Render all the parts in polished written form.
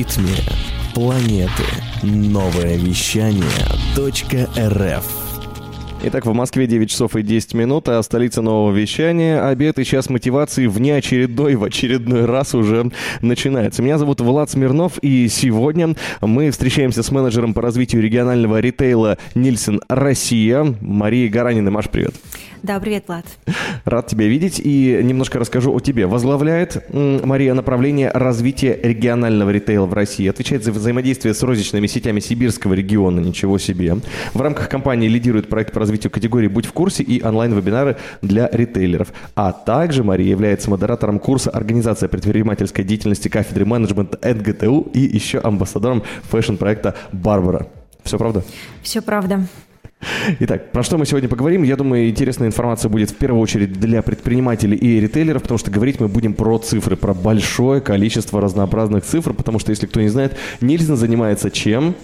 ритме планеты. Новое вещание.рф. Итак, в Москве 9 часов и 10 минут, а столица нового вещания. Обед и час мотивации в очередной раз уже начинается. Меня зовут Влад Смирнов, и сегодня мы встречаемся с менеджером по развитию регионального ритейла Нильсон Россия Марией Гараниной. Маш, привет. Да, привет, Влад. Рад тебя видеть, и немножко расскажу о тебе. Возглавляет Мария направление развития регионального ритейла в России. Отвечает за взаимодействие с розничными сетями сибирского региона. Ничего себе. В рамках компании лидирует проект по развитию категории «Будь в курсе» и онлайн-вебинары для ритейлеров. А также Мария является модератором курса «Организация предпринимательской деятельности кафедры менеджмента НГТУ» и еще амбассадором фэшн-проекта «Барбара». Все правда? Все правда. Итак, про что мы сегодня поговорим? Я думаю, интересная информация будет в первую очередь для предпринимателей и ритейлеров, потому что говорить мы будем про цифры, про большое количество разнообразных цифр, потому что, если кто не знает, Нильсон занимается чем?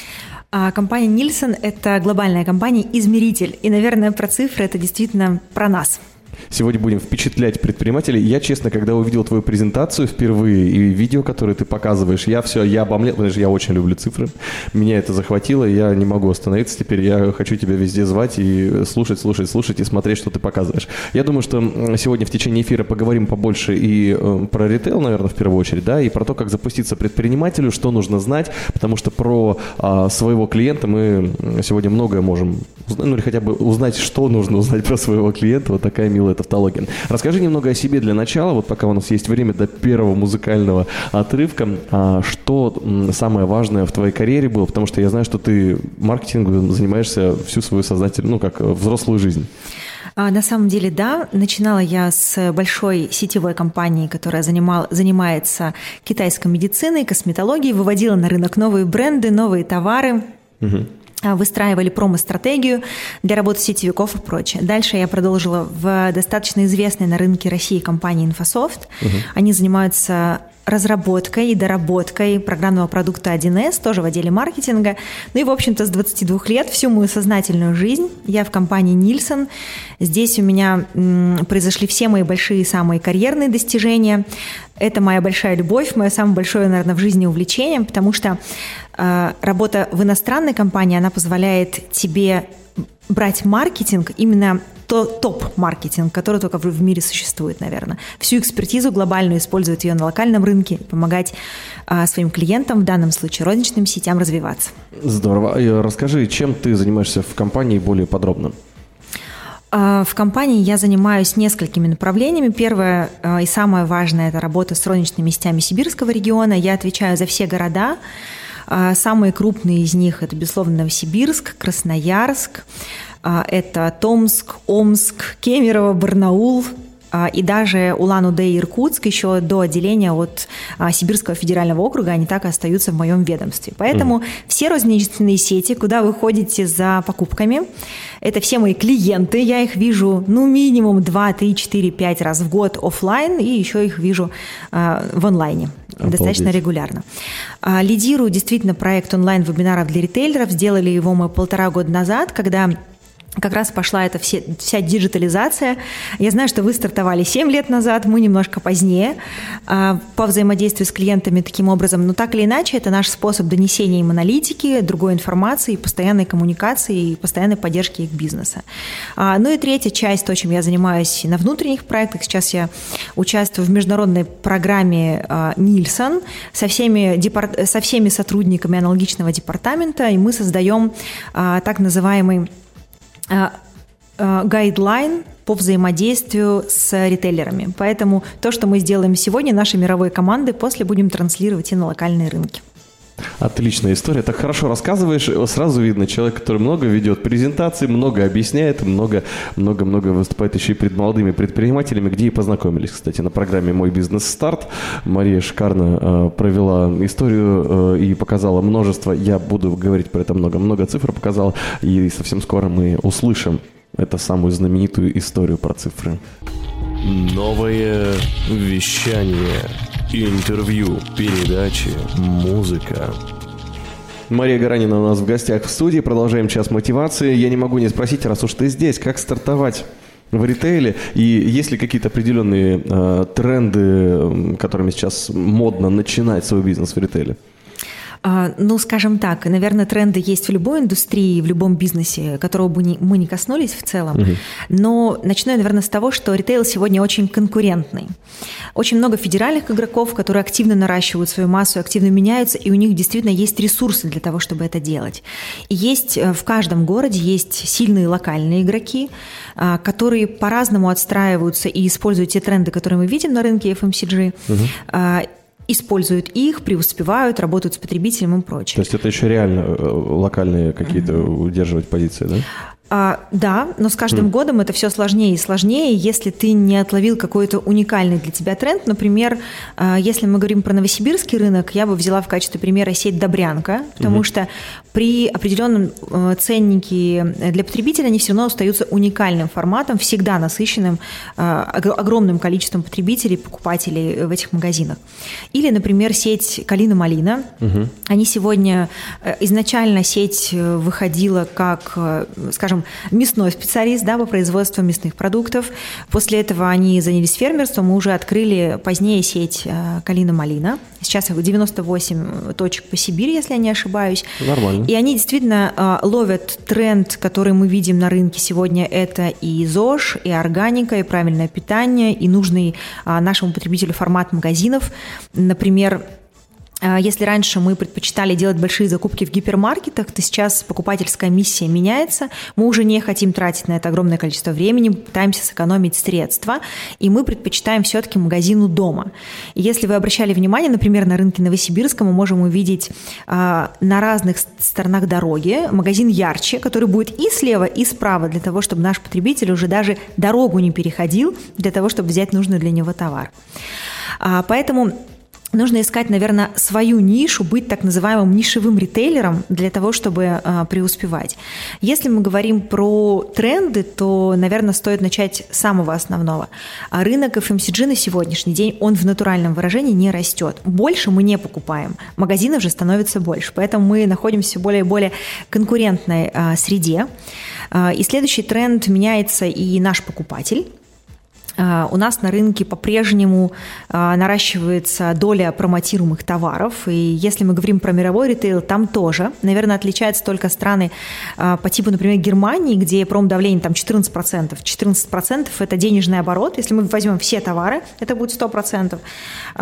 Компания Нильсон – это глобальная компания-измеритель, и, наверное, про цифры – это действительно про нас. Сегодня будем впечатлять предпринимателей. Я, честно, когда увидел твою презентацию впервые и видео, которое ты показываешь, я обомлел, потому что я очень люблю цифры. Меня это захватило, я не могу остановиться теперь. Я хочу тебя везде звать и слушать и смотреть, что ты показываешь. Я думаю, что сегодня в течение эфира поговорим побольше и про ритейл, наверное, в первую очередь, да, и про то, как запуститься предпринимателю, что нужно знать, потому что про своего клиента мы сегодня многое можем узнать, или хотя бы узнать, что нужно узнать про своего клиента. Вот такая милая тавтология. Расскажи немного о себе для начала, вот пока у нас есть время до первого музыкального отрывка. Что самое важное в твоей карьере было? Потому что я знаю, что ты маркетингом занимаешься всю свою сознательную, взрослую жизнь. На самом деле, да. Начинала я с большой сетевой компании, которая занимается китайской медициной, косметологией, выводила на рынок новые бренды, новые товары. Выстраивали промо-стратегию для работы сетевиков и прочее. Дальше я продолжила в достаточно известной на рынке России компании «Инфософт». Они занимаются разработкой и доработкой программного продукта 1С, тоже в отделе маркетинга. Ну и, в общем-то, с 22 лет всю мою сознательную жизнь я в компании Нильсон. Здесь у меня произошли все мои большие, самые карьерные достижения. Это моя большая любовь, мое самое большое, наверное, в жизни увлечение, потому что работа в иностранной компании, она позволяет тебе брать маркетинг, именно топ-маркетинг, который только в мире существует, наверное. Всю экспертизу глобальную, использовать ее на локальном рынке, помогать своим клиентам, в данном случае розничным сетям, развиваться. Здорово. Расскажи, чем ты занимаешься в компании более подробно? В компании я занимаюсь несколькими направлениями. Первое и самое важное – это работа с розничными сетями сибирского региона. Я отвечаю за все города. Самые крупные из них – это, безусловно, Новосибирск, Красноярск, это Томск, Омск, Кемерово, Барнаул и даже Улан-Удэ и Иркутск еще до отделения от Сибирского федерального округа, они так и остаются в моем ведомстве. Поэтому все розничные сети, куда вы ходите за покупками, это все мои клиенты, я их вижу минимум 2, 3, 4, 5 раз в год офлайн, и еще их вижу в онлайне. Достаточно регулярно. Лидирую действительно проект онлайн-вебинаров для ритейлеров. Сделали его мы 1,5 года назад, когда как раз пошла эта вся диджитализация. Я знаю, что вы стартовали 7 лет назад, мы немножко позднее по взаимодействию с клиентами таким образом. Но так или иначе, это наш способ донесения им аналитики, другой информации, постоянной коммуникации и постоянной поддержки их бизнеса. Ну и третья часть, то, чем я занимаюсь на внутренних проектах. Сейчас я участвую в международной программе Нильсон со всеми сотрудниками аналогичного департамента, и мы создаем так называемый гайдлайн по взаимодействию с ритейлерами. Поэтому то, что мы сделаем сегодня, нашей мировой команды, после будем транслировать и на локальные рынки. Отличная история. Так хорошо рассказываешь. Сразу видно, человек, который много ведет презентации, много объясняет, много выступает еще и перед молодыми предпринимателями, где и познакомились, кстати, на программе «Мой бизнес-старт». Мария шикарно провела историю и показала множество. Я буду говорить про это много цифр показала. И совсем скоро мы услышим эту самую знаменитую историю про цифры. Новое вещание. Интервью, передачи, музыка. Мария Гаранина у нас в гостях в студии. Продолжаем час мотивации. Я не могу не спросить, раз уж ты здесь, как стартовать в ритейле? И есть ли какие-то определенные тренды, которыми сейчас модно начинать свой бизнес в ритейле? Ну, скажем так, наверное, тренды есть в любой индустрии, в любом бизнесе, которого бы мы не коснулись в целом. Но начну я, наверное, с того, что ритейл сегодня очень конкурентный. Очень много федеральных игроков, которые активно наращивают свою массу, активно меняются, и у них действительно есть ресурсы для того, чтобы это делать. И есть в каждом городе есть сильные локальные игроки, которые по-разному отстраиваются и используют те тренды, которые мы видим на рынке FMCG, используют их, преуспевают, работают с потребителем и прочее. То есть это еще реально локальные какие-то удерживать позиции, да? Да, но с каждым годом это все сложнее и сложнее, если ты не отловил какой-то уникальный для тебя тренд. Например, если мы говорим про новосибирский рынок, я бы взяла в качестве примера сеть «Добрянка», потому что при определенном ценнике для потребителя они все равно остаются уникальным форматом, всегда насыщенным огромным количеством потребителей, покупателей в этих магазинах. Или, например, сеть «Калина-Малина». Они сегодня, изначально сеть выходила как, скажем, мясной специалист, да, по производству мясных продуктов. После этого они занялись фермерством, мы уже открыли позднее сеть «Калина-Малина». Сейчас 98 точек по Сибири, если я не ошибаюсь. Нормально. И они действительно ловят тренд, который мы видим на рынке сегодня. Это и ЗОЖ, и органика, и правильное питание, и нужный нашему потребителю формат магазинов. Например, если раньше мы предпочитали делать большие закупки в гипермаркетах, то сейчас покупательская миссия меняется. Мы уже не хотим тратить на это огромное количество времени, пытаемся сэкономить средства, и мы предпочитаем все-таки магазину дома. И если вы обращали внимание, например, на рынке Новосибирска, мы можем увидеть на разных сторонах дороги магазин «Ярче», который будет и слева, и справа, для того, чтобы наш потребитель уже даже дорогу не переходил, для того, чтобы взять нужный для него товар. Поэтому нужно искать, наверное, свою нишу, быть так называемым нишевым ритейлером для того, чтобы преуспевать. Если мы говорим про тренды, то, наверное, стоит начать с самого основного. Рынок FMCG на сегодняшний день, он в натуральном выражении не растет. Больше мы не покупаем. Магазинов же становится больше. Поэтому мы находимся все более и более конкурентной среде. И следующий тренд — меняется и наш покупатель. У нас на рынке по-прежнему наращивается доля промотируемых товаров. И если мы говорим про мировой ритейл, там тоже. Наверное, отличаются только страны по типу, например, Германии, где промдавление там 14%. 14% – это денежный оборот. Если мы возьмем все товары, это будет 100%. И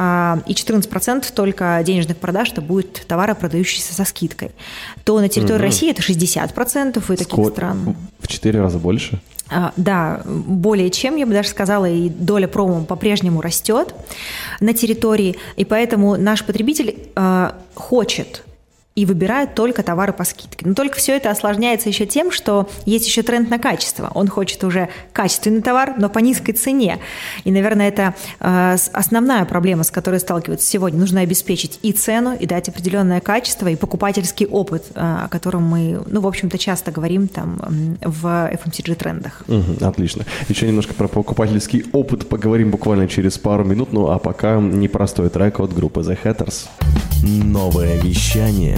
14% только денежных продаж – это будут товары, продающиеся со скидкой. То на территории России это 60% и таких стран. В 4 раза больше? Да, более чем, я бы даже сказала, и доля промо по-прежнему растет на территории, и поэтому наш потребитель хочет и выбирают только товары по скидке. Но только все это осложняется еще тем, что есть еще тренд на качество. Он хочет уже качественный товар, но по низкой цене. И, наверное, это основная проблема, с которой сталкиваются сегодня. Нужно обеспечить и цену, и дать определенное качество, и покупательский опыт, о котором мы, в общем-то, часто говорим там в FMCG-трендах. Отлично. Еще немножко про покупательский опыт поговорим буквально через пару минут. Ну, а пока непростой трек от группы The Hatters. Новое вещание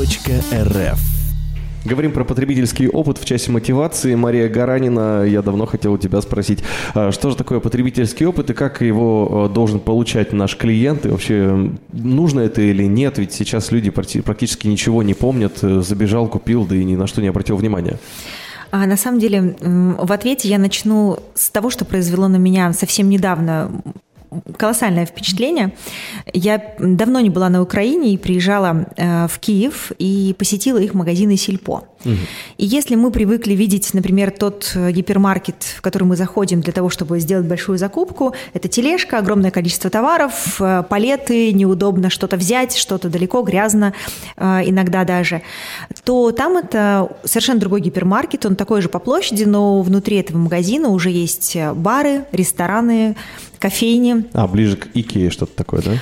.рф. Говорим про потребительский опыт в части мотивации. Мария Гаранина, я давно хотел у тебя спросить, что же такое потребительский опыт и как его должен получать наш клиент? И вообще, нужно это или нет? Ведь сейчас люди практически ничего не помнят. Забежал, купил, да и ни на что не обратил внимания. На самом деле, в ответе я начну с того, что произвело на меня совсем недавно колоссальное впечатление. Я давно не была на Украине и приезжала в Киев и посетила их магазины Сельпо. И если мы привыкли видеть, например, тот гипермаркет, в который мы заходим для того, чтобы сделать большую закупку, это тележка, огромное количество товаров, палеты, неудобно что-то взять, что-то далеко, грязно иногда даже, то там это совершенно другой гипермаркет, он такой же по площади, но внутри этого магазина уже есть бары, рестораны, кофейни. Ближе к Икее что-то такое, да?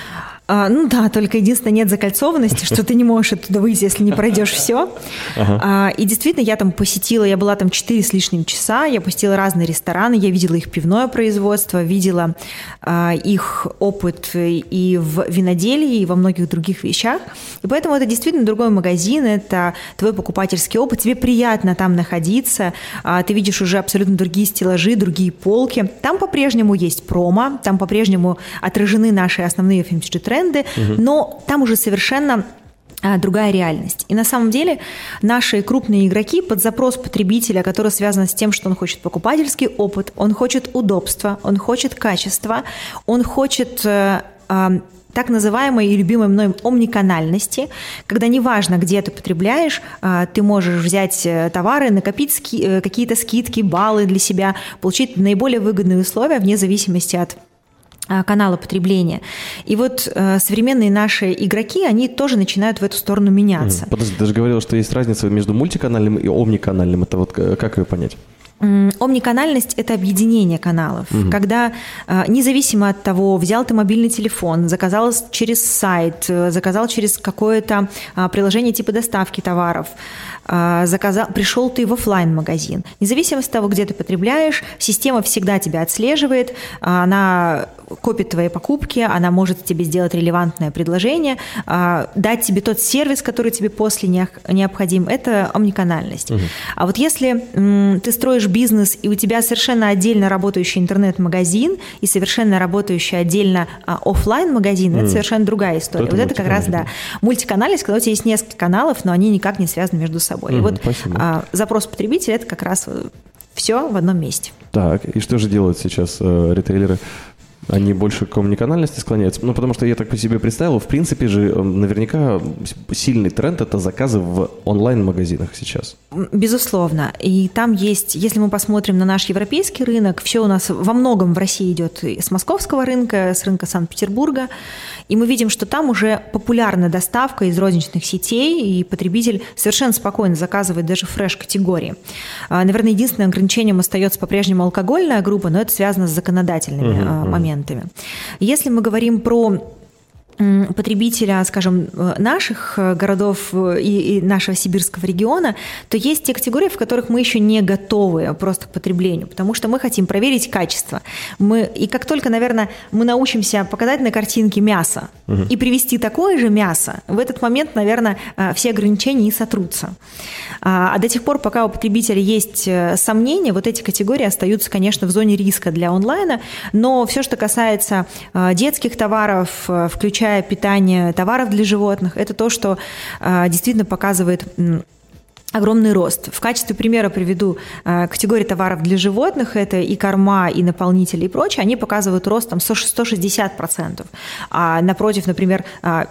Ну да, только единственное, нет закольцованности, что ты не можешь оттуда выйти, если не пройдешь все. И действительно, я там посетила, я была там 4 с лишним часа, я посетила разные рестораны, я видела их пивное производство, видела их опыт и в виноделии, и во многих других вещах. И поэтому это действительно другой магазин, это твой покупательский опыт, тебе приятно там находиться, ты видишь уже абсолютно другие стеллажи, другие полки. Там по-прежнему есть промо, там по-прежнему отражены наши основные FMCG-тренды, но там уже совершенно другая реальность. И на самом деле наши крупные игроки под запрос потребителя, который связан с тем, что он хочет покупательский опыт, он хочет удобства, он хочет качества, он хочет так называемой и любимой мной омниканальности, когда неважно, где ты потребляешь, ты можешь взять товары, накопить какие-то скидки, баллы для себя, получить наиболее выгодные условия вне зависимости от канала потребления. И вот современные наши игроки, они тоже начинают в эту сторону меняться. Подожди, ты же говорила, что есть разница между мультиканальным и омниканальным. Это вот как ее понять? Омниканальность – это объединение каналов. Когда независимо от того, взял ты мобильный телефон, заказал через сайт, заказал через какое-то приложение типа доставки товаров, пришел ты в офлайн-магазин. Независимо от того, где ты потребляешь, система всегда тебя отслеживает, она копит твои покупки, она может тебе сделать релевантное предложение, дать тебе тот сервис, который тебе после необходим. Это омниканальность. А вот если ты строишь бизнес, и у тебя совершенно отдельно работающий интернет-магазин и совершенно работающий отдельно офлайн-магазин, это совершенно другая история. Вот это как раз, да, мультиканальность, когда у тебя есть несколько каналов, но они никак не связаны между собой. И вот запрос потребителя – это как раз все в одном месте. Так, и что же делают сейчас ритейлеры? Они больше к омниканальности склоняются? Ну, потому что я так по себе представил, в принципе же, наверняка сильный тренд – это заказы в онлайн-магазинах сейчас. Безусловно. И там есть, если мы посмотрим на наш европейский рынок, все у нас во многом в России идет с московского рынка, с рынка Санкт-Петербурга, и мы видим, что там уже популярна доставка из розничных сетей, и потребитель совершенно спокойно заказывает даже фреш-категории. Наверное, единственным ограничением остается по-прежнему алкогольная группа, но это связано с законодательными моментами. Если мы говорим про потребителя, скажем, наших городов и нашего сибирского региона, то есть те категории, в которых мы еще не готовы просто к потреблению, потому что мы хотим проверить качество. И как только, наверное, мы научимся показать на картинке мясо и привезти такое же мясо, в этот момент, наверное, все ограничения и сотрутся. А до тех пор, пока у потребителя есть сомнения, вот эти категории остаются, конечно, в зоне риска для онлайна, но все, что касается детских товаров, включая питание товаров для животных, это то, что действительно показывает огромный рост. В качестве примера приведу категории товаров для животных, это и корма, и наполнители, и прочее, они показывают рост там 160%, а напротив, например,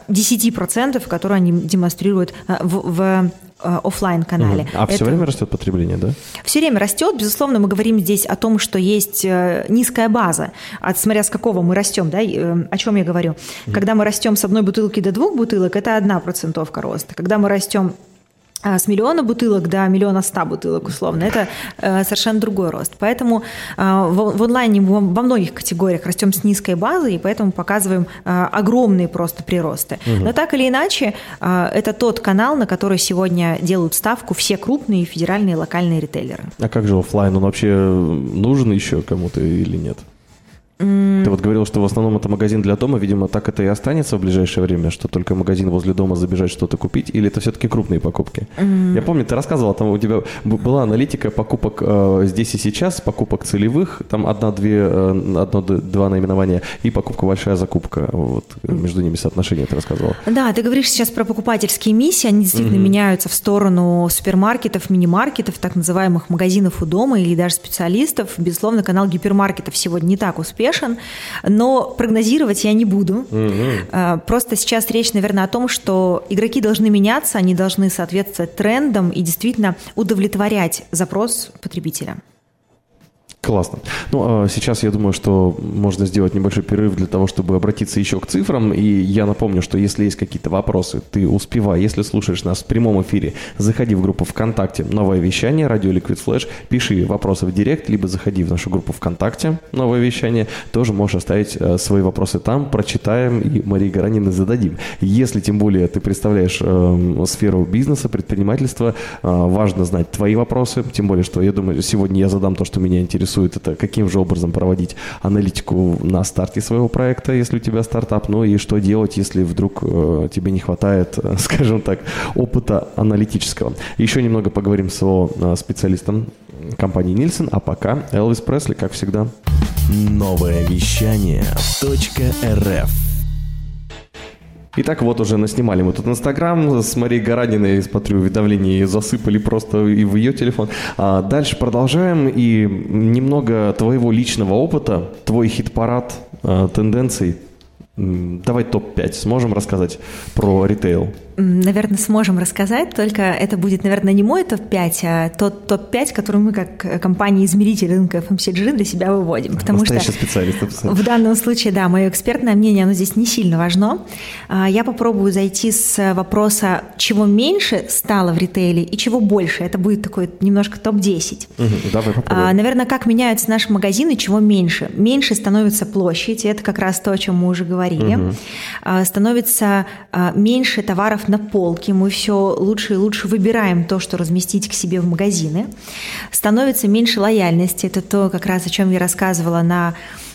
10%, которые они демонстрируют в офлайн-канале. А все время растет потребление, да? Все время растет. Безусловно, мы говорим здесь о том, что есть низкая база, смотря с какого мы растем, да, о чем я говорю. Когда мы растем с 1 бутылки до 2 бутылок, это 1% роста. Когда мы растем с 1 миллиона бутылок до 1 100 000 бутылок, условно, это совершенно другой рост. Поэтому в онлайне мы во многих категориях растем с низкой базой, и поэтому показываем огромные просто приросты. Но так или иначе, это тот канал, на который сегодня делают ставку все крупные федеральные и локальные ритейлеры. А как же офлайн? Он вообще нужен еще кому-то или нет? Ты вот говорил, что в основном это магазин для дома, видимо, так это и останется в ближайшее время, что только магазин возле дома забежать что-то купить, или это все-таки крупные покупки? Я помню, ты рассказывала, там у тебя была аналитика покупок здесь и сейчас, покупок целевых, там 1-2 наименования, и покупка большая закупка, вот между ними соотношение ты рассказывала. Да, ты говоришь сейчас про покупательские миссии, они действительно меняются в сторону супермаркетов, мини-маркетов, так называемых магазинов у дома или даже специалистов. Безусловно, канал гипермаркетов сегодня не так успешен, но прогнозировать я не буду. Просто сейчас речь, наверное, о том, что игроки должны меняться, они должны соответствовать трендам и действительно удовлетворять запрос потребителя. Классно. Ну, сейчас я думаю, что можно сделать небольшой перерыв для того, чтобы обратиться еще к цифрам. И я напомню, что если есть какие-то вопросы, ты успевай. Если слушаешь нас в прямом эфире, заходи в группу ВКонтакте «Новое вещание», радио Liquid Flash, пиши вопросы в директ, либо заходи в нашу группу ВКонтакте «Новое вещание». Тоже можешь оставить свои вопросы там, прочитаем и Марии Гараниной зададим. Если, тем более, ты представляешь сферу бизнеса, предпринимательства, важно знать твои вопросы. Тем более, что я думаю, сегодня я задам то, что меня интересует. Это каким же образом проводить аналитику на старте своего проекта, если у тебя стартап, ну и что делать, если вдруг тебе не хватает, скажем так, опыта аналитического. Еще немного поговорим с специалистом компании Нильсон, а пока Элвис Пресли, как всегда. Новое вещание .рф. Итак, вот уже наснимали мы тут Инстаграм с Марией Гараниной, смотрю, уведомления засыпали просто и в ее телефон. А дальше продолжаем, и немного твоего личного опыта, твой хит-парад тенденций. Давай топ-5 сможем рассказать про ритейл? Наверное, сможем рассказать, только это будет, наверное, не мой топ-5, а тот топ-5, который мы как компания-измеритель рынка FMCG для себя выводим. Потому настоящий что специалист. В данном случае, да, мое экспертное мнение, оно здесь не сильно важно. Я попробую зайти с вопроса, чего меньше стало в ритейле и чего больше. Это будет такой немножко топ-10. Давай попробуем. Наверное, как меняются наши магазины, чего меньше. Меньше становится площадь, и это как раз то, о чем мы уже говорили. Становится меньше товаров на полке, мы все лучше и лучше выбираем то, что разместить к себе в магазины. Становится меньше лояльности, это то, как раз о чем я рассказывала на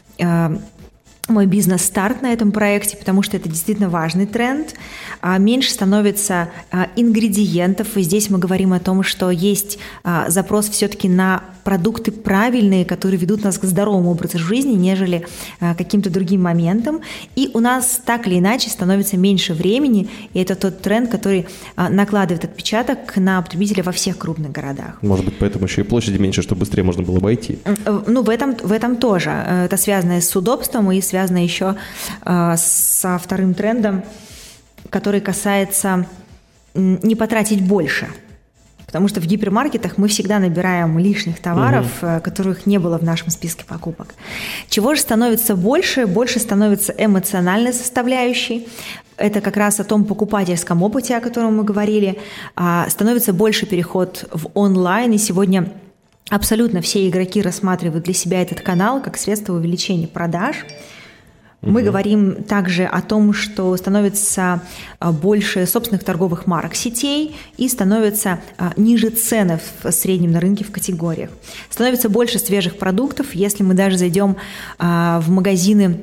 мой бизнес-старт на этом проекте, потому что это действительно важный тренд. Меньше становится ингредиентов, и здесь мы говорим о том, что есть запрос все-таки на продукты правильные, которые ведут нас к здоровому образу жизни, нежели каким-то другим моментам. И у нас так или иначе становится меньше времени, и это тот тренд, который накладывает отпечаток на потребителя во всех крупных городах. Может быть, поэтому еще и площади меньше, чтобы быстрее можно было обойти. Ну, в этом тоже. Это связано с удобством и связано еще со вторым трендом, который касается не потратить больше. Потому что в гипермаркетах мы всегда набираем лишних товаров, которых не было в нашем списке покупок. Чего же становится больше? Больше становится эмоциональной составляющей. Это как раз о том покупательском опыте, о котором мы говорили. Становится больше переход в онлайн, и сегодня абсолютно все игроки рассматривают для себя этот канал как средство увеличения продаж. Мы говорим также о том, что становится больше собственных торговых марок сетей и становятся ниже цены в среднем на рынке в категориях. Становится больше свежих продуктов. Если мы даже зайдем в магазины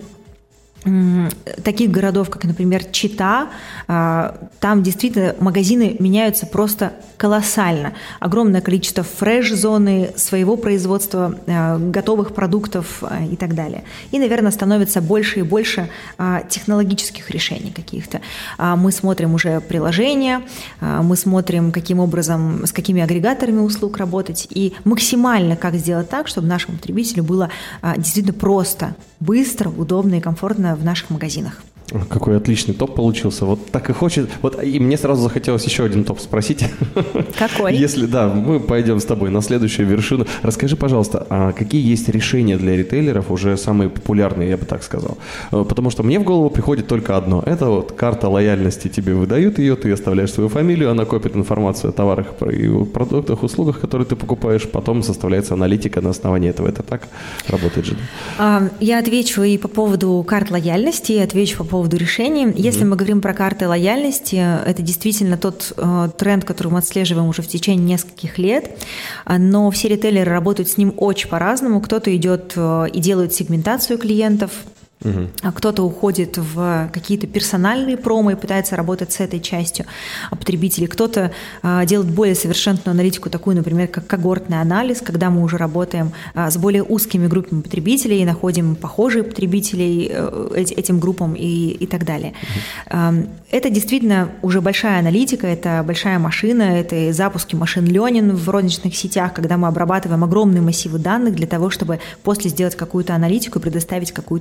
таких городов, как, например, Чита, там действительно магазины меняются просто колоссально. Огромное количество фреш-зоны, своего производства, готовых продуктов и так далее. И, наверное, становится больше и больше технологических решений каких-то. Мы смотрим уже приложения, мы смотрим, каким образом, с какими агрегаторами услуг работать, и максимально как сделать так, чтобы нашему потребителю было действительно просто, быстро, удобно и комфортно в наших магазинах. Какой отличный топ получился. Вот так и хочет. Вот и мне сразу захотелось еще один топ спросить. Какой? Если да, мы пойдем с тобой на следующую вершину. Расскажи, пожалуйста, а какие есть решения для ритейлеров, уже самые популярные, я бы так сказал? Потому что мне в голову приходит только одно. Это вот карта лояльности. Тебе выдают ее, ты оставляешь свою фамилию, она копит информацию о товарах и продуктах, услугах, которые ты покупаешь, потом составляется аналитика на основании этого. Это так работает же? Я отвечу и по поводу карт лояльности, и отвечу по поводу решений. Если мы говорим про карты лояльности, это действительно тот тренд, который мы отслеживаем уже в течение нескольких лет, но все ритейлеры работают с ним очень по-разному. Кто-то идет и делает сегментацию клиентов, кто-то уходит в какие-то персональные промо и пытается работать с этой частью потребителей. Кто-то делает более совершенную аналитику, такую, например, как когортный анализ, когда мы уже работаем с более узкими группами потребителей и находим похожие потребителей этим группам и так далее. Это действительно уже большая аналитика, это большая машина, это запуски машин learning в розничных сетях, когда мы обрабатываем огромные массивы данных для того, чтобы после сделать какую-то аналитику и предоставить какую-то информацию.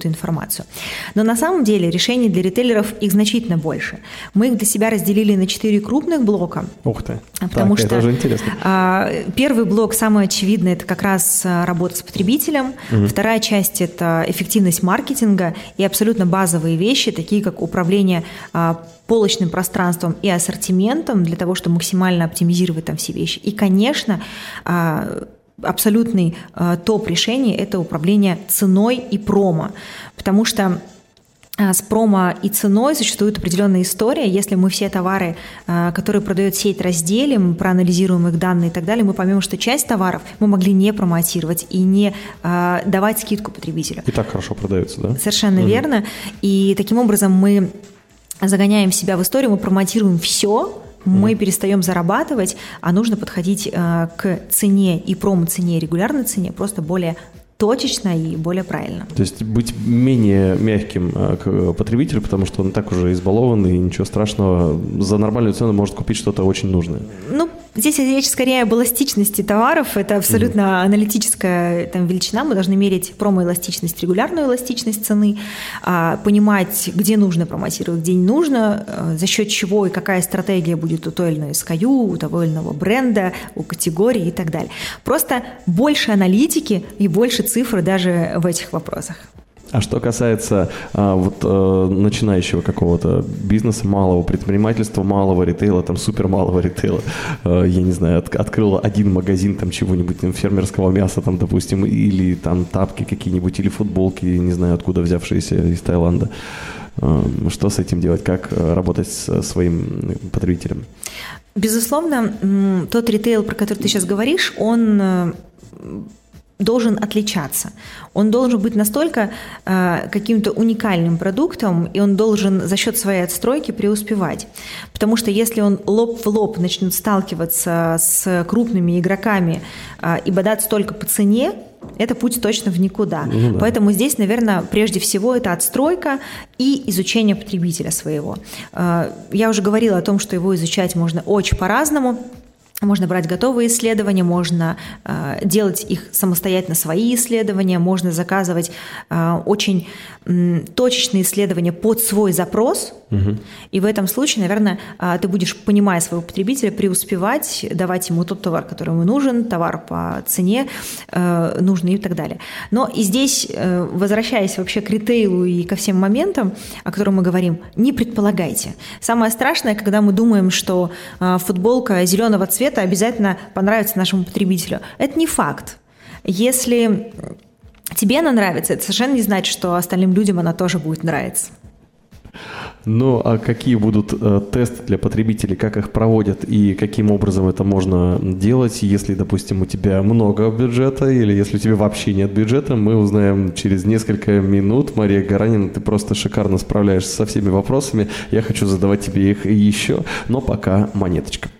информацию. Но на самом деле решений для ритейлеров их значительно больше. Мы их для себя разделили на 4 крупных блока. Ух ты, потому так, что это уже интересно. Первый блок, самый очевидный, это как раз работа с потребителем. Вторая часть – это эффективность маркетинга и абсолютно базовые вещи, такие как управление полочным пространством и ассортиментом для того, чтобы максимально оптимизировать там все вещи. И, конечно, абсолютный топ решений – это управление ценой и промо, потому что с промо и ценой существует определенная история. Если мы все товары, которые продает сеть, разделим, проанализируем их данные и так далее, мы поймем, что часть товаров мы могли не промотировать и не давать скидку потребителю. И так хорошо продаются, да? Совершенно верно. И таким образом мы загоняем себя в историю, мы промотируем все, мы перестаем зарабатывать, а нужно подходить к цене и промо-цене, и регулярной цене просто более точечно и более правильно. То есть быть менее мягким к потребителю, потому что он так уже избалован, и ничего страшного, за нормальную цену может купить что-то очень нужное. Ну, здесь речь скорее об эластичности товаров. Это абсолютно аналитическая там величина. Мы должны мерить промо-эластичность, регулярную эластичность цены, понимать, где нужно промотировать, где не нужно, за счет чего и какая стратегия будет у той или иной SKU, у того или иного бренда, у категории и так далее. Просто больше аналитики и больше цифры даже в этих вопросах. А что касается начинающего какого-то бизнеса, малого предпринимательства, малого ритейла, там супер малого ритейла, я не знаю, открыл один магазин там чего-нибудь, там, фермерского мяса, там, допустим, или там тапки какие-нибудь, или футболки, не знаю, откуда взявшиеся из Таиланда. Что с этим делать? Как работать с своим потребителем? Безусловно, тот ритейл, про который ты сейчас говоришь, он должен отличаться. Он должен быть настолько каким-то уникальным продуктом, и он должен за счет своей отстройки преуспевать. Потому что если он лоб в лоб начнет сталкиваться с крупными игроками и бодаться только по цене, это путь точно в никуда. Ну, да. Поэтому здесь, наверное, прежде всего это отстройка и изучение потребителя своего. Я уже говорила о том, что его изучать можно очень по-разному. Можно брать готовые исследования, можно делать их самостоятельно, свои исследования, можно заказывать очень точечные исследования под свой запрос. И в этом случае, наверное, ты будешь, понимая своего потребителя, преуспевать, давать ему тот товар, который ему нужен, товар по цене нужный и так далее. Но и здесь, возвращаясь вообще к ритейлу и ко всем моментам, о которых мы говорим, не предполагайте. Самое страшное, когда мы думаем, что футболка зеленого цвета обязательно понравится нашему потребителю. Это не факт. Если тебе она нравится, это совершенно не значит, что остальным людям она тоже будет нравиться. Ну, а какие будут тесты для потребителей, как их проводят и каким образом это можно делать, если, допустим, у тебя много бюджета или если у тебя вообще нет бюджета, мы узнаем через несколько минут. Мария Гаранина, ты просто шикарно справляешься со всеми вопросами. Я хочу задавать тебе их еще, но пока монеточка.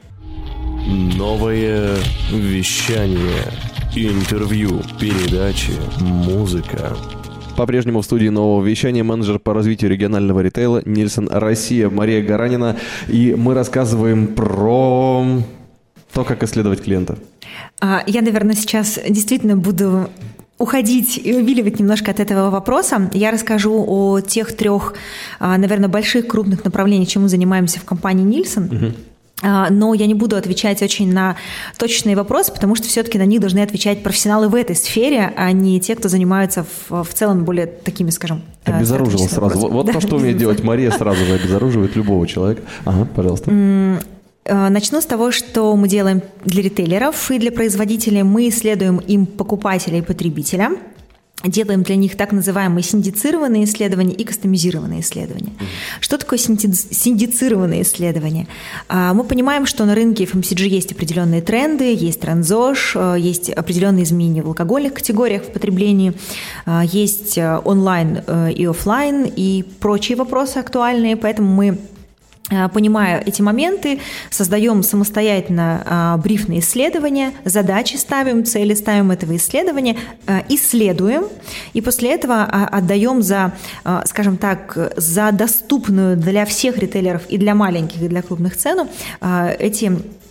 Новое вещание, интервью, передачи, музыка. По-прежнему в студии нового вещания менеджер по развитию регионального ритейла Нильсон Россия Мария Гаранина. И мы рассказываем про то, как исследовать клиента. Я, наверное, сейчас действительно буду уходить и увиливать немножко от этого вопроса. Я расскажу о тех 3, наверное, больших крупных направлениях, чем мы занимаемся в компании Нильсон. Но я не буду отвечать очень на точные вопросы, потому что все-таки на них должны отвечать профессионалы в этой сфере, а не те, кто занимаются в целом более такими, скажем, обезоружил сразу. Вот да, что умеет делать Мария, сразу же обезоруживает любого человека. Ага, пожалуйста. Начну с того, что мы делаем для ритейлеров и для производителей. Мы исследуем им покупателя и потребителя. Делаем для них так называемые синдицированные исследования и кастомизированные исследования. Что такое синдицированные исследования? Мы понимаем, что на рынке FMCG есть определенные тренды, есть тренд-ЗОЖ, есть определенные изменения в алкогольных категориях в потреблении, есть онлайн и офлайн и прочие вопросы актуальные, поэтому мы, понимая эти моменты, создаем самостоятельно брифные исследования, задачи ставим, цели ставим этого исследования, исследуем, и после этого отдаем за, скажем так, за доступную для всех ритейлеров и для маленьких, и для крупных цену эти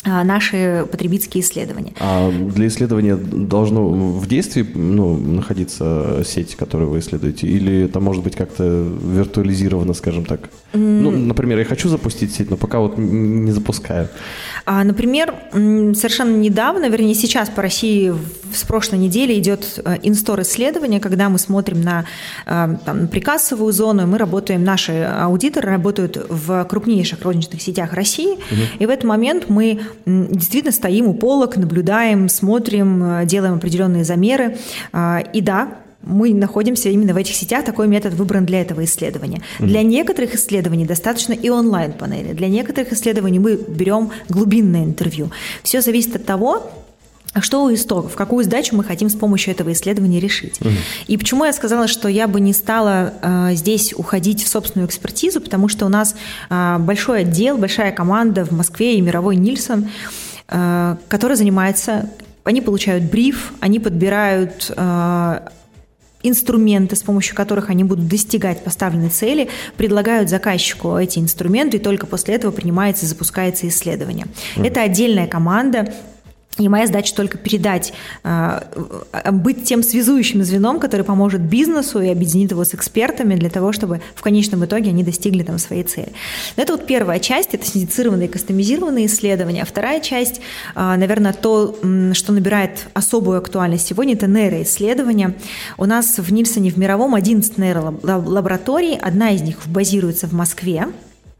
наши потребительские исследования. А для исследования должно в действии находиться сеть, которую вы исследуете, или это может быть как-то виртуализировано, скажем так? Например, я хочу запустить сеть, но пока вот не запускаю. Например, совершенно недавно, вернее, сейчас по России с прошлой недели идет инстор-исследование, когда мы смотрим на прикассовую зону, мы работаем, наши аудиторы работают в крупнейших розничных сетях России, и в этот момент мы действительно стоим у полок, наблюдаем, смотрим, делаем определенные замеры, и да, мы находимся именно в этих сетях, такой метод выбран для этого исследования. Для некоторых исследований достаточно и онлайн-панели, для некоторых исследований мы берем глубинное интервью. Все зависит от того, что у истоков, какую задачу мы хотим с помощью этого исследования решить. И почему я сказала, что я бы не стала здесь уходить в собственную экспертизу, потому что у нас большой отдел, большая команда в Москве и мировой Нильсон, которая занимается, они получают бриф, они подбирают инструменты, с помощью которых они будут достигать поставленной цели, предлагают заказчику эти инструменты, и только после этого принимается и запускается исследование. Это отдельная команда. И моя задача только передать, быть тем связующим звеном, который поможет бизнесу и объединит его с экспертами для того, чтобы в конечном итоге они достигли там своей цели. Это вот первая часть, это синдицированные, кастомизированные исследования. А вторая часть, наверное, то, что набирает особую актуальность сегодня, это нейроисследования. У нас в Нильсоне в мировом 11 нейролабораторий, одна из них базируется в Москве.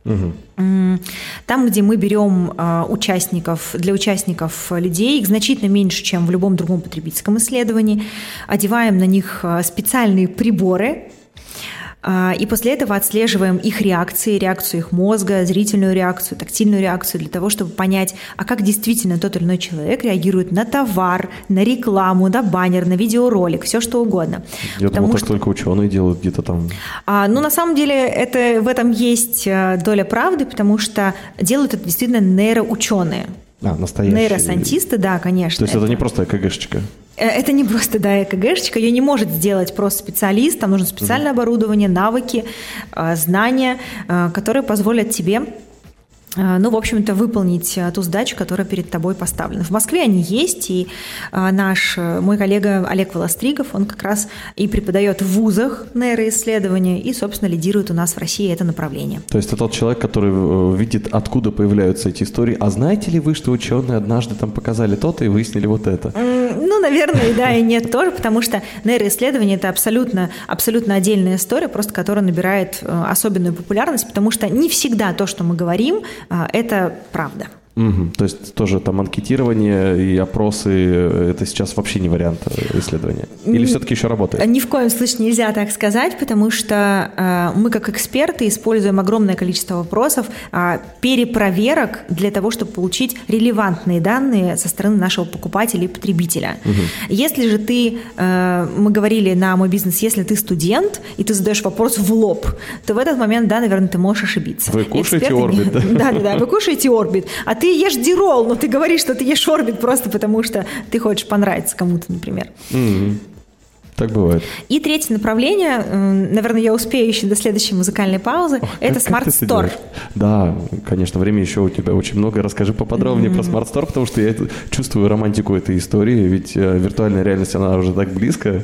Там, где мы берем для участников людей, их значительно меньше, чем в любом другом потребительском исследовании, одеваем на них специальные приборы, и после этого отслеживаем их реакцию их мозга, зрительную реакцию, тактильную реакцию, для того, чтобы понять, а как действительно тот или иной человек реагирует на товар, на рекламу, на баннер, на видеоролик, все что угодно. Я думал, что только ученые делают где-то там. На самом деле в этом есть доля правды, потому что делают это действительно нейроученые. Настоящие. Нейросайентисты, да, конечно. То есть это не просто ЭКГшечка? Это не просто, ЭКГшечка, ее не может сделать просто специалист, там нужно специальное оборудование, навыки, знания, которые позволят тебе, в общем-то, выполнить ту задачу, которая перед тобой поставлена. В Москве они есть, и мой коллега Олег Волостригов, он как раз и преподает в вузах нейроисследования и, собственно, лидирует у нас в России это направление. То есть это тот человек, который видит, откуда появляются эти истории. А знаете ли вы, что ученые однажды там показали то-то и выяснили вот это? Наверное, и да, и нет тоже, потому что нейроисследование – это абсолютно отдельная история, просто которая набирает особенную популярность, потому что не всегда то, что мы говорим, это правда. То есть тоже там анкетирование и опросы – это сейчас вообще не вариант исследования? Или все-таки еще работает? Ни в коем случае нельзя так сказать, потому что мы как эксперты используем огромное количество вопросов, перепроверок для того, чтобы получить релевантные данные со стороны нашего покупателя и потребителя. Если же мы говорили на «Мой бизнес», если ты студент, и ты задаешь вопрос в лоб, то в этот момент, да, наверное, ты можешь ошибиться. Вы кушаете Орбит, да? Да, вы кушаете Орбит, а ты ешь Дирол, но ты говоришь, что ты ешь Орбит просто потому, что ты хочешь понравиться кому-то, например. Так бывает. И третье направление, наверное, я успею еще до следующей музыкальной паузы, это Smart Store. Да, конечно, время еще у тебя очень много. Расскажи поподробнее про Smart Store, потому что я чувствую романтику этой истории, ведь виртуальная реальность, она уже так близко.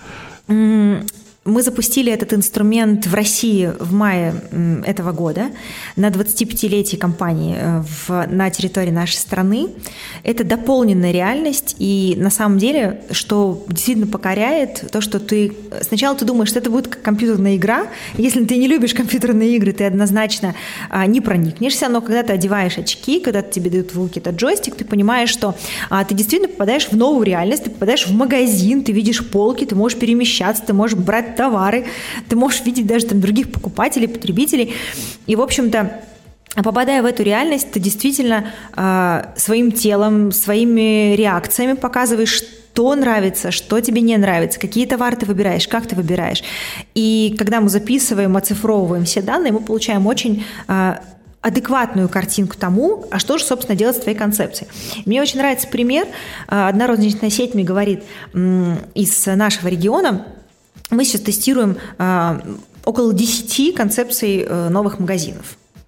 Мы запустили этот инструмент в России в мае этого года на 25-летие компании на территории нашей страны. Это дополненная реальность, и на самом деле, что действительно покоряет, то, что сначала ты думаешь, что это будет как компьютерная игра. Если ты не любишь компьютерные игры, ты однозначно не проникнешься, но когда ты одеваешь очки, когда тебе дают в руки этот джойстик, ты понимаешь, что ты действительно попадаешь в новую реальность, ты попадаешь в магазин, ты видишь полки, ты можешь перемещаться, ты можешь брать товары, ты можешь видеть даже там других покупателей, потребителей. И, в общем-то, попадая в эту реальность, ты действительно своим телом, своими реакциями показываешь, что нравится, что тебе не нравится, какие товары ты выбираешь, как ты выбираешь. И когда мы записываем, оцифровываем все данные, мы получаем очень адекватную картинку тому, а что же, собственно, делать с твоей концепцией. Мне очень нравится пример. Одна розничная сеть мне говорит из нашего региона, мы сейчас тестируем около 10 концепций новых магазинов.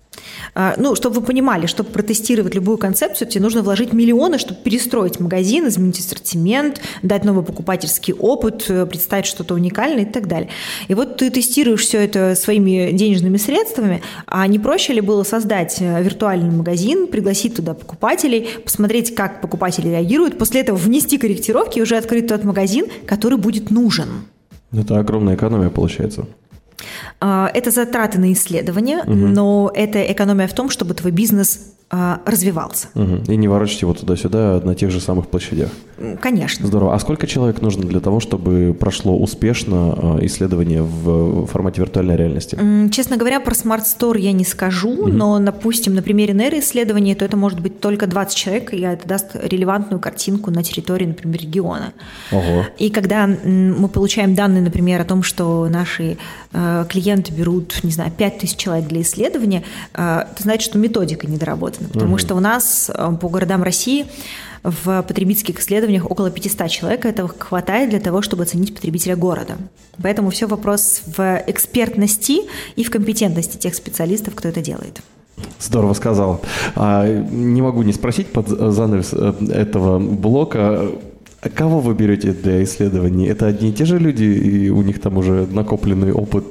чтобы вы понимали, чтобы протестировать любую концепцию, тебе нужно вложить миллионы, чтобы перестроить магазин, изменить ассортимент, дать новый покупательский опыт, представить что-то уникальное и так далее. И вот ты тестируешь все это своими денежными средствами, а не проще ли было создать виртуальный магазин, пригласить туда покупателей, посмотреть, как покупатели реагируют, после этого внести корректировки и уже открыть тот магазин, который будет нужен. Это огромная экономия получается. Это затраты на исследования, но это экономия в том, чтобы твой бизнес развивался. И не ворочать его туда-сюда на тех же самых площадях. Конечно. Здорово. А сколько человек нужно для того, чтобы прошло успешно исследование в формате виртуальной реальности? Честно говоря, про Smart Store я не скажу, но, допустим, на примере нейроисследования, то это может быть только 20 человек, и это даст релевантную картинку на территории, например, региона. Ого. И когда мы получаем данные, например, о том, что наши клиенты берут, 5000 человек для исследования, это значит, что методика недоработана, потому что у нас по городам России в потребительских исследованиях около 500 человек. Этого хватает для того, чтобы оценить потребителя города. Поэтому все вопрос в экспертности и в компетентности тех специалистов, кто это делает. Здорово сказал. Не могу не спросить под занавес этого блока, кого вы берете для исследований? Это одни и те же люди, и у них там уже накопленный опыт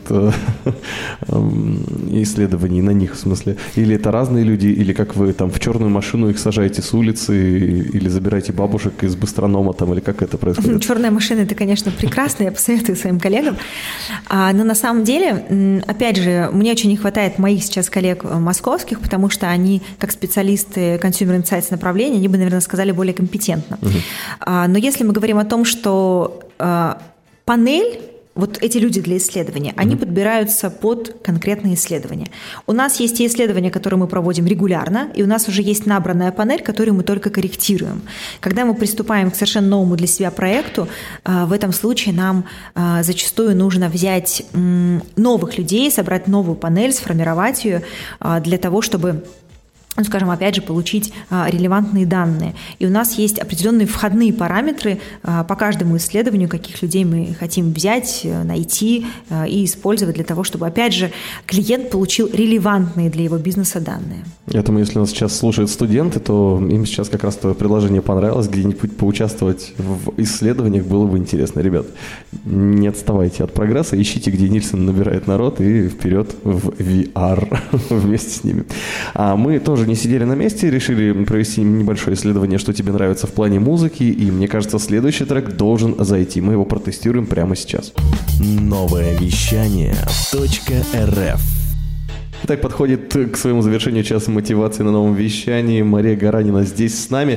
исследований на них, в смысле? Или это разные люди, или как вы там в черную машину их сажаете с улицы, или забираете бабушек из быстронома, там, или как это происходит? Черная машина – это, конечно, прекрасно, я посоветую своим коллегам. Но на самом деле, опять же, мне очень не хватает моих сейчас коллег московских, потому что они, как специалисты Consumer Insights направления, они бы, наверное, сказали более компетентно. Но если мы говорим о том, что панель, вот эти люди для исследования, они подбираются под конкретные исследования. У нас есть те исследования, которые мы проводим регулярно, и у нас уже есть набранная панель, которую мы только корректируем. Когда мы приступаем к совершенно новому для себя проекту, в этом случае нам зачастую нужно взять новых людей, собрать новую панель, сформировать ее для того, чтобы, скажем, опять же, получить релевантные данные. И у нас есть определенные входные параметры по каждому исследованию, каких людей мы хотим взять, найти и использовать для того, чтобы, опять же, клиент получил релевантные для его бизнеса данные. Я думаю, если нас сейчас слушают студенты, то им сейчас как раз твое предложение понравилось, где-нибудь поучаствовать в исследованиях было бы интересно. Ребят, не отставайте от прогресса, ищите, где Нильсон набирает народ, и вперед в VR вместе с ними. А мы тоже не сидели на месте, решили провести небольшое исследование, что тебе нравится в плане музыки, и мне кажется, следующий трек должен зайти. Мы его протестируем прямо сейчас. Новое вещание .рф. Так подходит к своему завершению час мотивации на новом вещании. Мария Гаранина здесь с нами.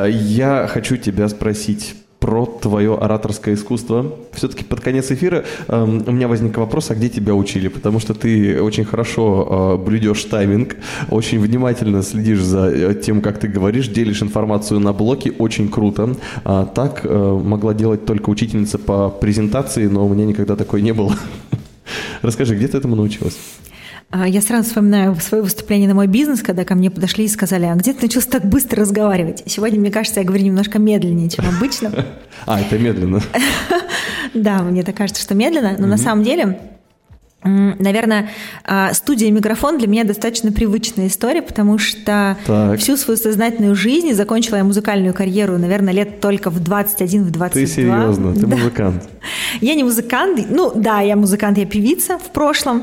Я хочу тебя спросить про твое ораторское искусство. Все-таки под конец эфира у меня возник вопрос, а где тебя учили? Потому что ты очень хорошо блюдешь тайминг, очень внимательно следишь за тем, как ты говоришь, делишь информацию на блоки, очень круто. Так могла делать только учительница по презентации, но у меня никогда такой не было. Расскажи, где ты этому научилась? Я сразу вспоминаю свое выступление на мой бизнес, когда ко мне подошли и сказали, а где ты научился так быстро разговаривать? Сегодня, мне кажется, я говорю немножко медленнее, чем обычно. Это медленно. Да, мне так кажется, что медленно, но на самом деле, наверное, студия «Микрофон» для меня достаточно привычная история, потому что всю свою сознательную жизнь закончила я музыкальную карьеру, наверное, лет только в 21-22. Ты серьезно? Ты музыкант? Я не музыкант. Я музыкант, я певица в прошлом.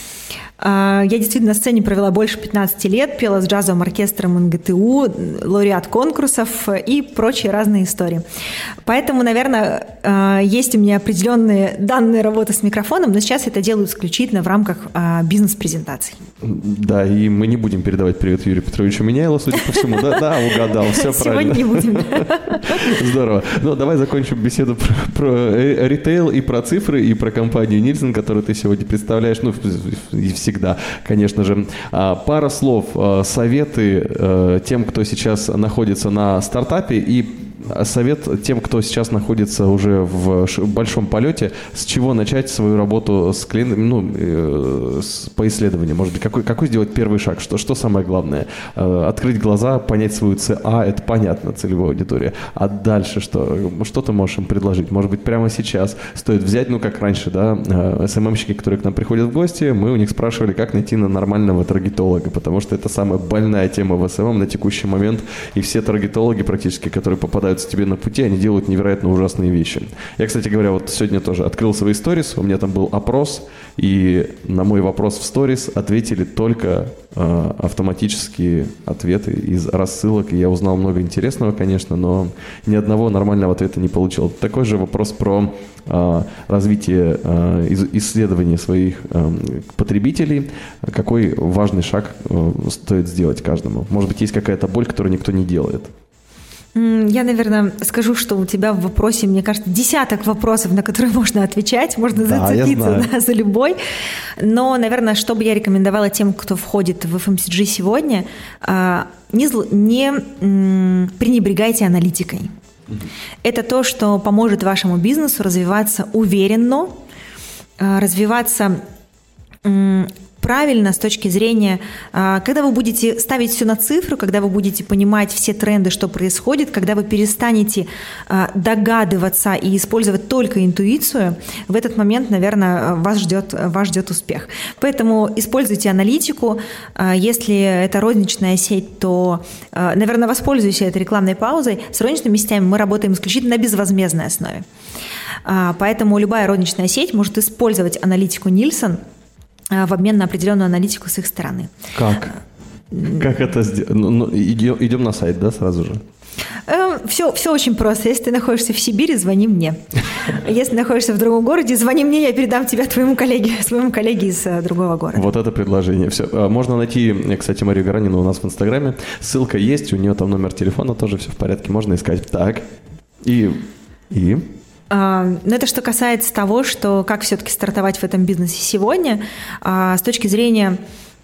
Я действительно на сцене провела больше 15 лет, пела с джазовым оркестром МГТУ, лауреат конкурсов и прочие разные истории. Поэтому, наверное, есть у меня определенные данные работы с микрофоном, но сейчас я это делаю исключительно в рамках бизнес-презентаций. Да, и мы не будем передавать привет Юрию Петровичу Меняйло, судя по всему. Да, угадал, все правильно. Сегодня не будем. Здорово. Давай закончим беседу про ритейл и про цифры, и про компанию Нильсон, которую ты сегодня представляешь, всегда, конечно же. Пара слов, советы тем, кто сейчас находится на стартапе и совет тем, кто сейчас находится уже в большом полете, с чего начать свою работу с клиентами, по исследованию? Может быть, какой сделать первый шаг? Что самое главное? Открыть глаза, понять свою ЦА, это понятно, целевая аудитория. А дальше что? Что ты можешь им предложить? Может быть, прямо сейчас стоит взять, как раньше, да, СММщики, которые к нам приходят в гости, мы у них спрашивали, как найти нормального таргетолога, потому что это самая больная тема в СММ на текущий момент, и все таргетологи практически, которые попадаются тебе на пути, они делают невероятно ужасные вещи. Я, кстати говоря, вот сегодня тоже открыл свои сторис, у меня там был опрос, и на мой вопрос в сторис ответили только автоматические ответы из рассылок, и я узнал много интересного, конечно, но ни одного нормального ответа не получил. Такой же вопрос про развитие исследования своих потребителей. Какой важный шаг стоит сделать каждому? Может быть, есть какая-то боль, которую никто не делает? Я, наверное, скажу, что у тебя в вопросе, мне кажется, десяток вопросов, на которые можно отвечать, можно зацепиться за любой. Но, наверное, что бы я рекомендовала тем, кто входит в FMCG сегодня, не пренебрегайте аналитикой. Это то, что поможет вашему бизнесу развиваться уверенно, развиваться правильно с точки зрения, когда вы будете ставить все на цифру, когда вы будете понимать все тренды, что происходит, когда вы перестанете догадываться и использовать только интуицию, в этот момент, наверное, вас ждет успех. Поэтому используйте аналитику. Если это розничная сеть, то, наверное, воспользуйтесь этой рекламной паузой. С розничными сетями мы работаем исключительно на безвозмездной основе. Поэтому любая розничная сеть может использовать аналитику Нильсон в обмен на определенную аналитику с их стороны. Как это сделать? Идем на сайт, да, сразу же? Все очень просто. Если ты находишься в Сибири, звони мне. Если находишься в другом городе, звони мне, я передам тебя своему коллеге из другого города. Вот это предложение. Все. Можно найти, кстати, Марию Гаранину у нас в Инстаграме. Ссылка есть, у нее там номер телефона тоже, все в порядке, можно искать. Так, и? Но это что касается того, что как все-таки стартовать в этом бизнесе сегодня. С точки зрения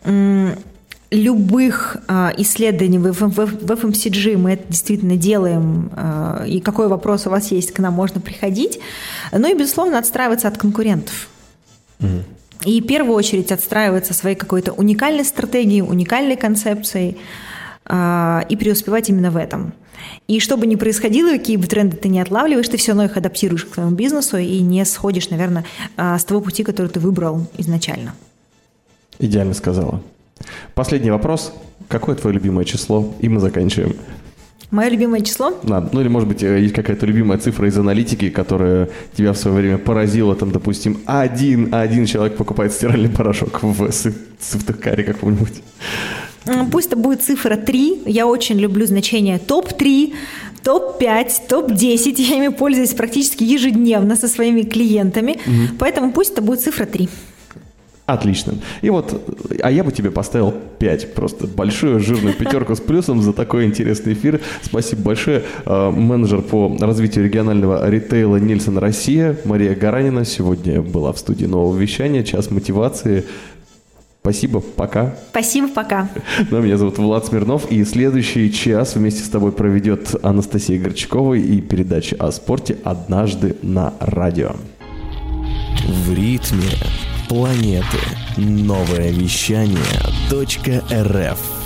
любых исследований в FMCG мы это действительно делаем, и какой вопрос у вас есть, к нам можно приходить. Ну и, безусловно, отстраиваться от конкурентов. И в первую очередь отстраиваться своей какой-то уникальной стратегией, уникальной концепцией и преуспевать именно в этом. И что бы ни происходило, какие бы тренды ты не отлавливаешь, ты все равно их адаптируешь к своему бизнесу и не сходишь, наверное, с того пути, который ты выбрал изначально. Идеально сказала. Последний вопрос. Какое твое любимое число? И мы заканчиваем. Мое любимое число? Да. Или, может быть, есть какая-то любимая цифра из аналитики, которая тебя в свое время поразила. Там, допустим, один человек покупает стиральный порошок в Сыктывкаре каком-нибудь. Пусть это будет цифра 3. Я очень люблю значение топ-3, топ-5, топ-10. Я ими пользуюсь практически ежедневно со своими клиентами. Поэтому пусть это будет цифра 3. Отлично. И я бы тебе поставил 5. Просто большую жирную пятерку с плюсом за такой интересный эфир. Спасибо большое. Менеджер по развитию регионального ритейла Нильсон Россия Мария Гаранина сегодня была в студии нового вещания. Час мотивации. Спасибо, пока. Спасибо, пока. Меня зовут Влад Смирнов, и следующий час вместе с тобой проведет Анастасия Горчакова и передача о спорте «Однажды на радио». В ритме планеты. Новое вещание .рф